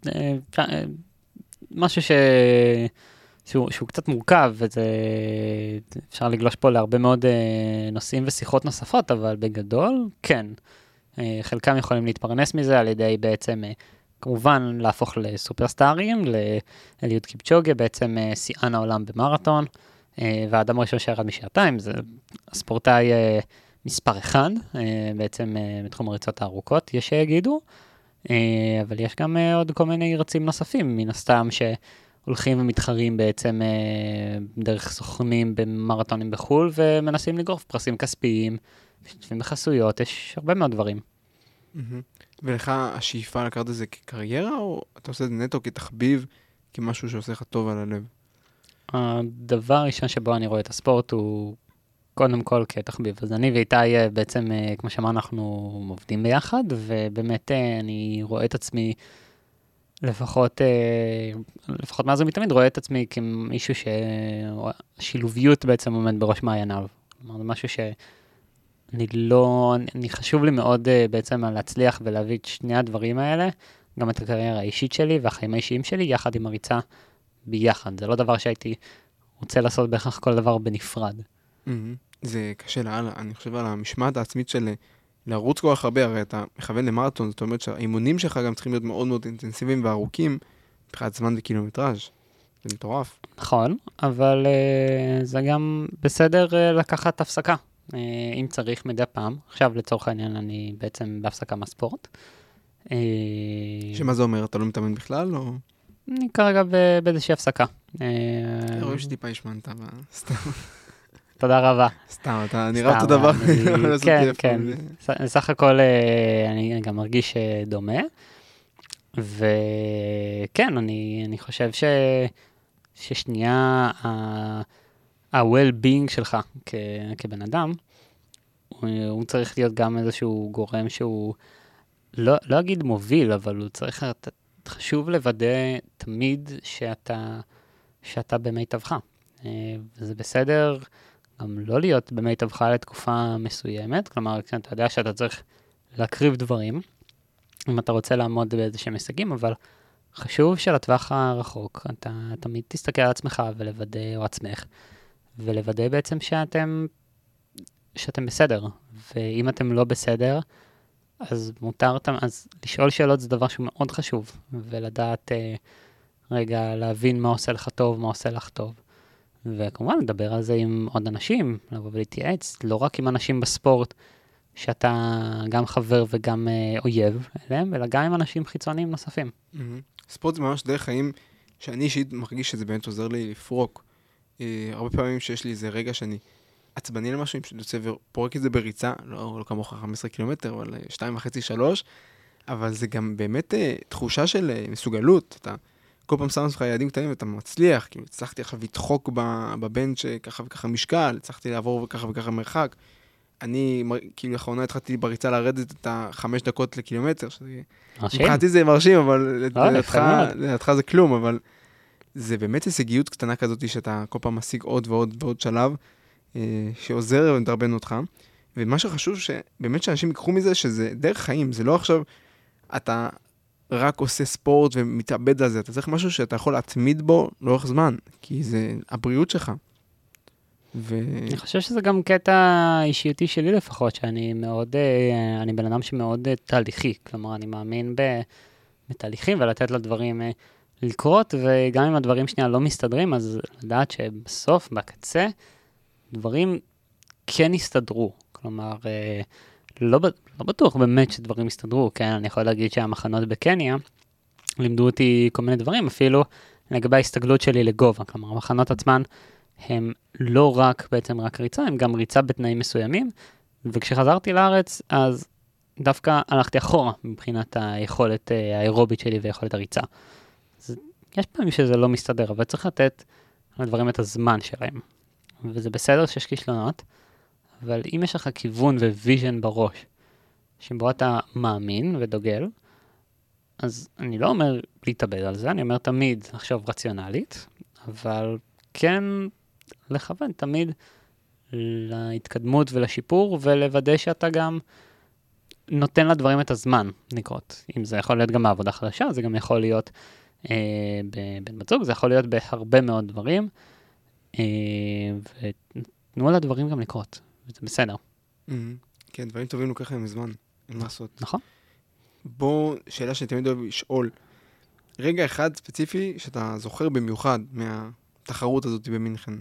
משהו שהוא קצת מורכב, אפשר לגלוש פה להרבה מאוד נושאים ושיחות נוספות, אבל בגדול, כן. חלקם יכולים להתפרנס מזה על ידי בעצם, כמובן, להפוך לסופרסטארים, לאליוד קיפצ'וגה, בעצם שיאן העולם במרתון, והאדם הראשון שירד משעתיים, זה הספורטאי מספר 1, בעצם בתחום הריצות הארוכות, יש שיגידו, אבל יש גם עוד כל מיני רצים נוספים, מן הסתם שהולכים ומתחרים בעצם דרך סוכנים במרתונים בחול, ומנסים לגרוף פרסים כספיים, משתתפים בחסויות, יש הרבה מאוד דברים. ולך השאיפה לקחת את זה כקריירה, או אתה עושה את זה נטו כתחביב, כמשהו שעושה לך טוב על הלב? הדבר הראשון שבו אני רואה את הספורט הוא קודם כל כתחביב. אז אני ואיתי בעצם, כמו שאמרנו, אנחנו עובדים ביחד, ובאמת אני רואה את עצמי, לפחות מאז ומתמיד, רואה את עצמי כמישהו שהשילוביות בעצם עומד בראש מעייניו. כלומר, זה משהו אני חשוב לי מאוד בעצם להצליח ולהביא את שני הדברים האלה, גם את הקריירה האישית שלי והחיים האישיים שלי, יחד עם הריצה ביחד. זה לא דבר שהייתי רוצה לעשות בהכרח כל דבר בנפרד. זה קשה לאללה, אני חושב על המשמעת העצמית של לרוץ כל כך הרבה, הרי אתה מכוון למרתון, זאת אומרת שהאימונים שלך גם צריכים להיות מאוד מאוד אינטנסיביים וארוכים, מבחינת זמן וקילומטראז'. זה מטורף. נכון, אבל זה גם בסדר לקחת הפסקה, אם צריך מדי פעם. עכשיו לצורך העניין אני בעצם בהפסקה מהספורט. שמה זה אומר? אתה לא מתאמן בכלל או? אני כרגע באיזושהי הפסקה. רואים שטיפה השמנת, סתם. תודה רבה. סתם, אתה נראה אותו דבר. כן, כן. בסך הכל אני גם מרגיש דומה. וכן, אני חושב ששנייה ה-well-being שלך כבן אדם, הוא צריך להיות גם איזשהו גורם שהוא, לא אגיד מוביל, אבל הוא צריך, חשוב לוודא תמיד שאתה במיטבך. וזה בסדר גם לא להיות במיטבך לתקופה מסוימת, כלומר, אתה יודע שאתה צריך להקריב דברים, אם אתה רוצה לעמוד באיזשהם הישגים, אבל חשוב שלטווח הרחוק, אתה תמיד תסתכל על עצמך ולוודא, או עצמך, ולוודא בעצם שאתם בסדר. ואם אתם לא בסדר, אז אז לשאול שאלות זה דבר שהוא מאוד חשוב, ולדעת רגע להבין מה עושה לך טוב, מה עושה לך טוב. וכמובן לדבר על זה עם עוד אנשים, לבוא ולהתייעץ, לא רק עם אנשים בספורט, שאתה גם חבר וגם אויב אליהם, אלא גם עם אנשים חיצוניים נוספים. ספורט זה ממש דרך חיים שאני אישית מרגיש שזה באמת עוזר לי לפרוק. הרבה פעמים שיש לי איזה רגע שאני עצבני למשהו, אני פשוט יוצא ופורק את זה בריצה, לא כמוך 15 קילומטר, אבל 2.5-3, אבל זה גם באמת תחושה של מסוגלות. אתה כל פעם שם לך יעדים קטנים ואתה מצליח, כאילו הצלחתי עכשיו לדחוק בבנץ' ככה וככה משקל, הצלחתי לעבור וככה וככה מרחק. אני, כאילו, לאחרונה התחלתי בריצה לרדת את 5 דקות לקילומטר, מבחינתי זה מרשים, אבל לדעתך זה כלום, אבל זה באמת הישגיות קטנה כזאת, שאתה כל פעם משיג עוד ועוד ועוד שלב, שעוזר ומדרבן אותך, ומה שחשוב שבאמת שאנשים ייקחו מזה, שזה דרך חיים, זה לא עכשיו, אתה רק עושה ספורט ומתאבד על זה, אתה צריך משהו שאתה יכול להתמיד בו לאורך זמן, כי זה הבריאות שלך. אני חושב שזה גם קטע אישיותי שלי לפחות, שאני בן אדם שמאוד תהליכי, כלומר אני מאמין בתהליכים ולתת לדברים לקרות, וגם אם הדברים שנייה לא מסתדרים, אז לדעת שבסוף, בקצה, דברים כן יסתדרו, כלומר לא בטוח באמת שדברים יסתדרו, כן, אני יכול להגיד שהמחנות בקניה לימדו אותי כל מיני דברים, אפילו לגבי ההסתגלות שלי לגובה, כלומר המחנות עצמן, הם לא רק בעצם רק ריצה, הם גם ריצה בתנאים מסוימים, וכשחזרתי לארץ, אז דווקא הלכתי אחורה מבחינת היכולת האירובית שלי ויכולת הריצה. אז יש פעמים שזה לא מסתדר, אבל צריך לתת לדברים את הזמן שלהם. וזה בסדר שיש כישלונות, אבל אם יש לך כיוון וויז'ן בראש, שבו אתה מאמין ודוגל, אז אני לא אומר להתאבד על זה, אני אומר תמיד לחשוב רציונלית, אבל כן לכוון תמיד להתקדמות ולשיפור, ולוודא שאתה גם נותן לדברים את הזמן לקרות. אם זה יכול להיות גם בעבודה חדשה, זה גם יכול להיות בן בת זוג, זה יכול להיות בהרבה מאוד דברים, ותנו לדברים גם לקרות, וזה בסדר. כן, דברים טובים לוקח להם זמן, אין מה לעשות. נכון. בוא, שאלה שאני תמיד אוהב לשאול, רגע אחד ספציפי שאתה זוכר במיוחד מהתחרות הזאת במינכן.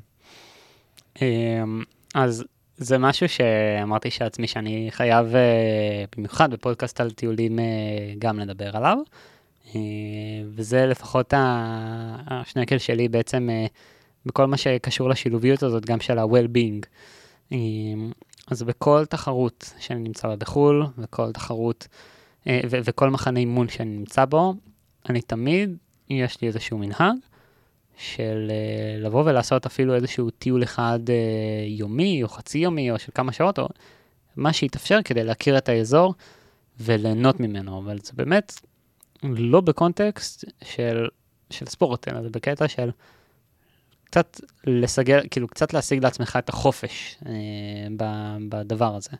אז זה משהו שאמרתי שעצמי שאני חייב במיוחד בפודקאסט על טיולים גם לדבר עליו, וזה לפחות השנקל שלי בעצם בכל מה שקשור לשילוביות הזאת, גם של ה-well-being. אז בכל תחרות שאני נמצא בה בחול, וכל תחרות וכל מחנה אימון שאני נמצא בו, אני תמיד, יש לי איזשהו מנהג, של לבוא ולעשות אפילו איזשהו טיול אחד יומי או חצי יומי או של כמה שעות, או מה שיתאפשר כדי להכיר את האזור וליהנות ממנו, אבל זה באמת לא בקונטקסט של ספורט, אלא זה בקטע של קצת לסגל, כאילו קצת להשיג לעצמך את החופש בדבר הזה.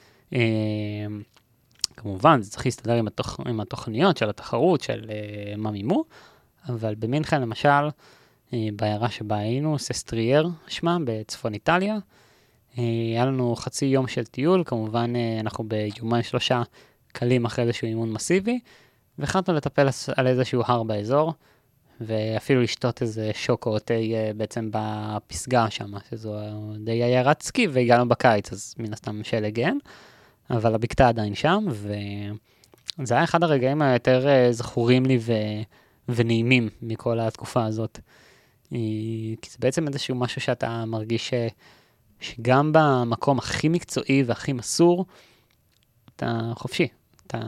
כמובן, זה צריך להסתדר עם התוכניות של התחרות, של מה מימו, אבל במינכן למשל, בעיירה שבה היינו, ססטרייר שמה, בצפון איטליה, היה לנו חצי יום של טיול, כמובן אנחנו ביומיים 3 קלים אחרי איזשהו אימון מסיבי, והחלטנו לטפל על איזשהו הר באזור, ואפילו לשתות איזה שוקו או תה בעצם בפסגה שם, שזו די עיירת סקי, והגענו בקיץ, אז מן הסתם שלג אין, אבל הבקתה עדיין שם, וזה היה אחד הרגעים היותר זכורים לי ונעימים מכל התקופה הזאת. כי זה בעצם איזשהו משהו שאתה מרגיש שגם במקום הכי מקצועי והכי מסור, אתה חופשי. אתה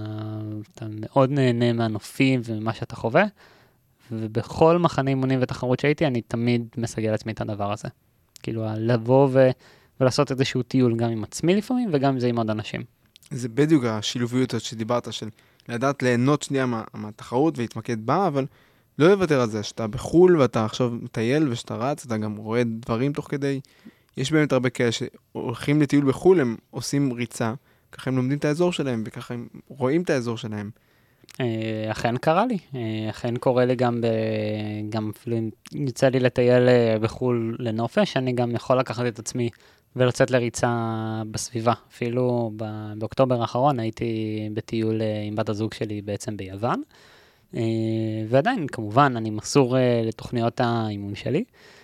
מאוד נהנה מהנופים ומה שאתה חווה, ובכל מחנה אימונים ותחרות שהייתי, אני תמיד מסגל לעצמי את הדבר הזה. כאילו, לבוא ולעשות איזשהו טיול גם עם עצמי לפעמים, וגם עם זה עם עוד אנשים. זה בדיוק השילוביות שדיברת, של לדעת ליהנות שנייה מהתחרות והתמקד בה, אבל לא לוותר על זה, שאתה בחול ואתה עכשיו מטייל ושאתה רץ, אתה גם רואה דברים תוך כדי. יש באמת הרבה כאלה שהולכים לטיול בחול, הם עושים ריצה, ככה הם לומדים את האזור שלהם, וככה הם רואים את האזור שלהם. אכן קרה לי, אכן קורה לי גם אפילו אם יצא לי לטייל בחול לנופש, אני גם יכול לקחת את עצמי ולצאת לריצה בסביבה. אפילו באוקטובר האחרון הייתי בטיול עם בת הזוג שלי בעצם ביוון, ועדיין כמובן אני מסור לתוכניות האימון שלי,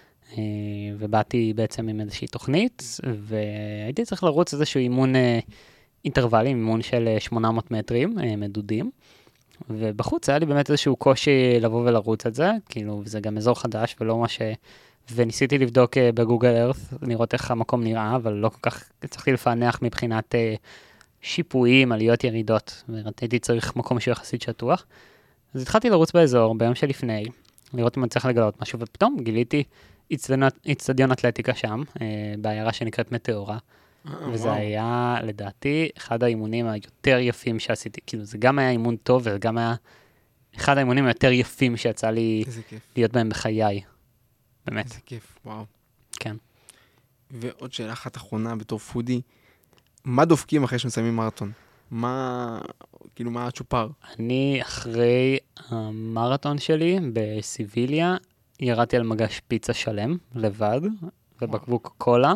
ובאתי בעצם עם איזושהי תוכנית, והייתי צריך לרוץ איזשהו אימון אינטרוולים, אימון של 800 מטרים מדודים, ובחוץ היה לי באמת איזשהו קושי לבוא ולרוץ את זה, כאילו זה גם אזור חדש ולא מה וניסיתי לבדוק בגוגל ארת, לראות איך המקום נראה, אבל לא כל כך הצלחתי לפענח מבחינת שיפועים, עליות ירידות, והייתי צריך מקום שהוא יחסית שטוח. אז התחלתי לרוץ באזור ביום שלפני, לראות אם אני צריך לגלות משהו, ופתאום גיליתי אצטדיון אתלטיקה שם, בעיירה שנקראת מטאורה, וזה היה לדעתי אחד האימונים היותר יפים שעשיתי, כאילו זה גם היה אימון טוב, וזה גם היה אחד האימונים היותר יפים שיצא לי להיות בהם בחיי. באמת. איזה כיף, וואו. כן. ועוד שאלה אחת אחרונה בתור פודי, מה דופקים אחרי שמסיימים מרתון? מה הצ'ופר? אני אחרי המרתון שלי בסיביליה, ירדתי על מגש פיצה שלם, לבד, ובקבוק קולה,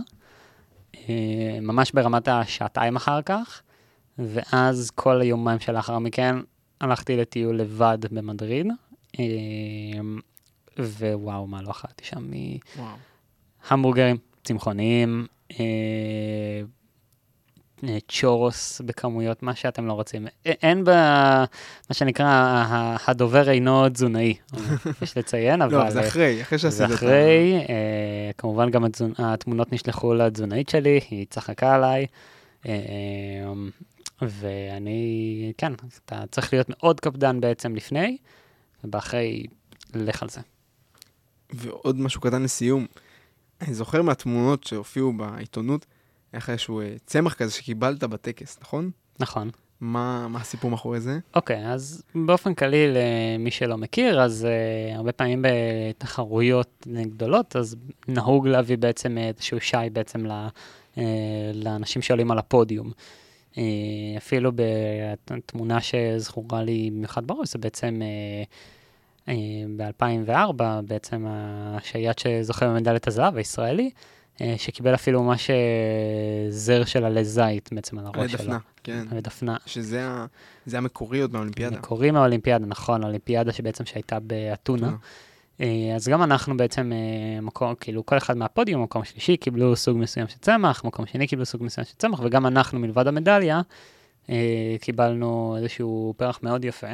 ממש ברמת השעתיים אחר כך, ואז כל היומיים שלאחר מכן, הלכתי לטיול לבד במדריד, ווואו, מה לא אכלתי שם מהמבורגרים צמחוניים, צ'ורוס בכמויות, מה שאתם לא רוצים. אין מה שנקרא, הדובר אינו תזונאי, יש לציין, אבל... לא, זה אחרי שעשית את זה. זה אחרי, כמובן גם התמונות נשלחו לתזונאית שלי, היא צחקה עליי, ואני, כן, אתה צריך להיות מאוד קפדן בעצם לפני, ובאחרי, לך על זה. ועוד משהו קטן לסיום, אני זוכר מהתמונות שהופיעו בעיתונות, איך איזשהו צמח כזה שקיבלת בטקס, נכון? נכון. מה הסיפור מאחורי זה? אוקיי, אז באופן כללי, למי שלא מכיר, אז הרבה פעמים בתחרויות גדולות, אז נהוג להביא בעצם איזשהו שי בעצם לאנשים שעולים על הפודיום. אפילו בתמונה שזכורה לי במיוחד בראש, זה בעצם ב-2004, בעצם השייט שזוכה במדליית הזהב הישראלי, שקיבל אפילו ממש זר של עלי זית בעצם על הראש שלו. דפנה, כן. דפנה. שזה המקורי עוד מהאולימפיאדה. מקורי מהאולימפיאדה, נכון, האולימפיאדה שבעצם שהייתה באתונה. אז גם אנחנו בעצם, כאילו כל אחד מהפודיום, מקום שלישי, קיבלו סוג מסוים של צמח, מקום שני קיבלו סוג מסוים של צמח, וגם אנחנו מלבד המדליה, קיבלנו איזשהו פרח מאוד יפה,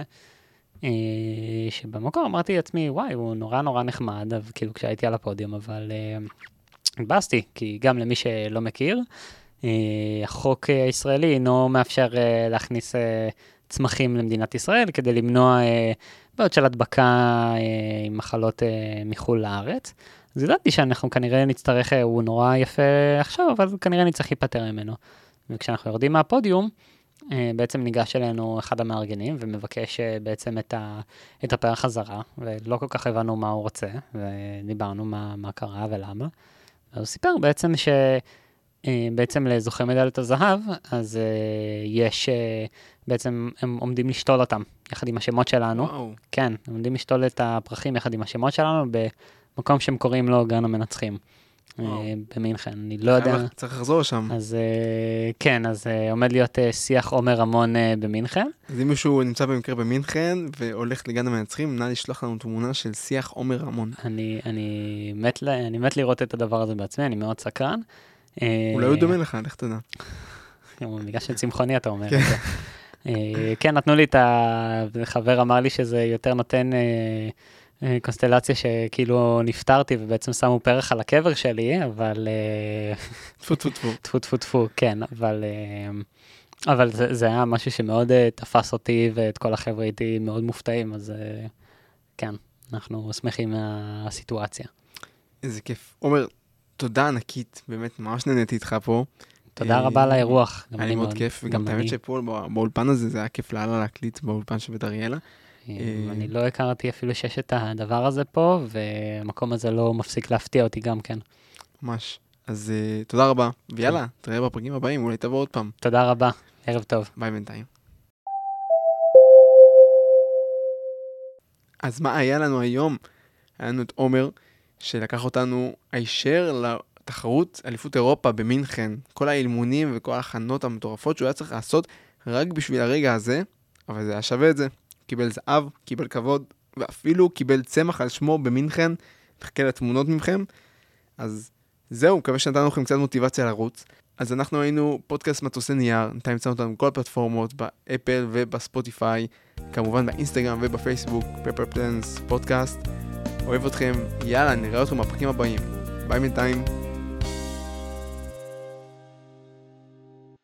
שבמקור אמרתי לעצמי, וואי, הוא נורא נורא נחמד, כאילו כשהייתי על הפודיום, אבל התבאסתי, כי גם למי שלא מכיר, החוק הישראלי אינו מאפשר להכניס צמחים למדינת ישראל, כדי למנוע בעיות של הדבקה עם מחלות מחול לארץ. אז ידעתי שאנחנו כנראה נצטרך, הוא נורא יפה עכשיו, אבל כנראה נצטרך להיפטר ממנו. וכשאנחנו יורדים מהפודיום, בעצם ניגש אלינו אחד המארגנים, ומבקש בעצם את הפרח חזרה, ולא כל כך הבנו מה הוא רוצה, ודיברנו מה קרה ולמה. אז הוא סיפר בעצם בעצם לזוכי מדליית הזהב, אז יש, בעצם הם עומדים לשתול אותם, יחד עם השמות שלנו. וואו. כן, הם עומדים לשתול את הפרחים יחד עם השמות שלנו, במקום שהם קוראים לו גן המנצחים. במינכן, אני לא יודע. צריך לחזור לשם. אז כן, אז עומד להיות שיח עומר רמון במינכן. אז אם מישהו נמצא במקרה במינכן והולך לגן המנצחים, נא לשלוח לנו תמונה של שיח עומר רמון. אני מת לראות את הדבר הזה בעצמי, אני מאוד סקרן. אולי הוא דומה לך, לך תדע. בגלל שצמחוני אתה אומר את זה. כן, נתנו לי חבר אמר לי שזה יותר נותן קונסטלציה שכאילו נפטרתי ובעצם שמו פרח על הקבר שלי, אבל... טפו טפו טפו. טפו טפו טפו, כן, אבל זה היה משהו שמאוד תפס אותי ואת כל החבר'ה הייתי מאוד מופתעים, אז כן, אנחנו שמחים מהסיטואציה. איזה כיף. עומר, תודה ענקית, באמת ממש נהניתי איתך פה. תודה רבה על האירוח. היה לי מאוד כיף, וגם האמת שפה באולפן הזה זה היה כיף לאללה להקליט באולפן של בית אריאלה. אני לא הכרתי אפילו שיש את הדבר הזה פה, והמקום הזה לא מפסיק להפתיע אותי גם כן. ממש. אז תודה רבה, ויאללה, תראה בפרקים הבאים, אולי תבוא עוד פעם. תודה רבה, ערב טוב. ביי בינתיים. אז מה היה לנו היום? היה לנו את עומר, שלקח אותנו הישר לתחרות אליפות אירופה במינכן. כל האילמונים וכל ההכנות המטורפות שהוא היה צריך לעשות רק בשביל הרגע הזה, אבל זה היה שווה את זה. קיבל זהב, קיבל כבוד, ואפילו קיבל צמח על שמו במינכן. תחכה לתמונות מכם. אז זהו, מקווה שנתנו לכם קצת מוטיבציה לרוץ. אז אנחנו היינו פודקאסט מטוסי נייר, ניתן למצוא אותנו בכל הפלטפורמות, באפל ובספוטיפיי, כמובן באינסטגרם ובפייסבוק, פפר פלנס פודקאסט. אוהב אתכם, יאללה, נראה אתכם בפרקים הבאים. ביי בינתיים.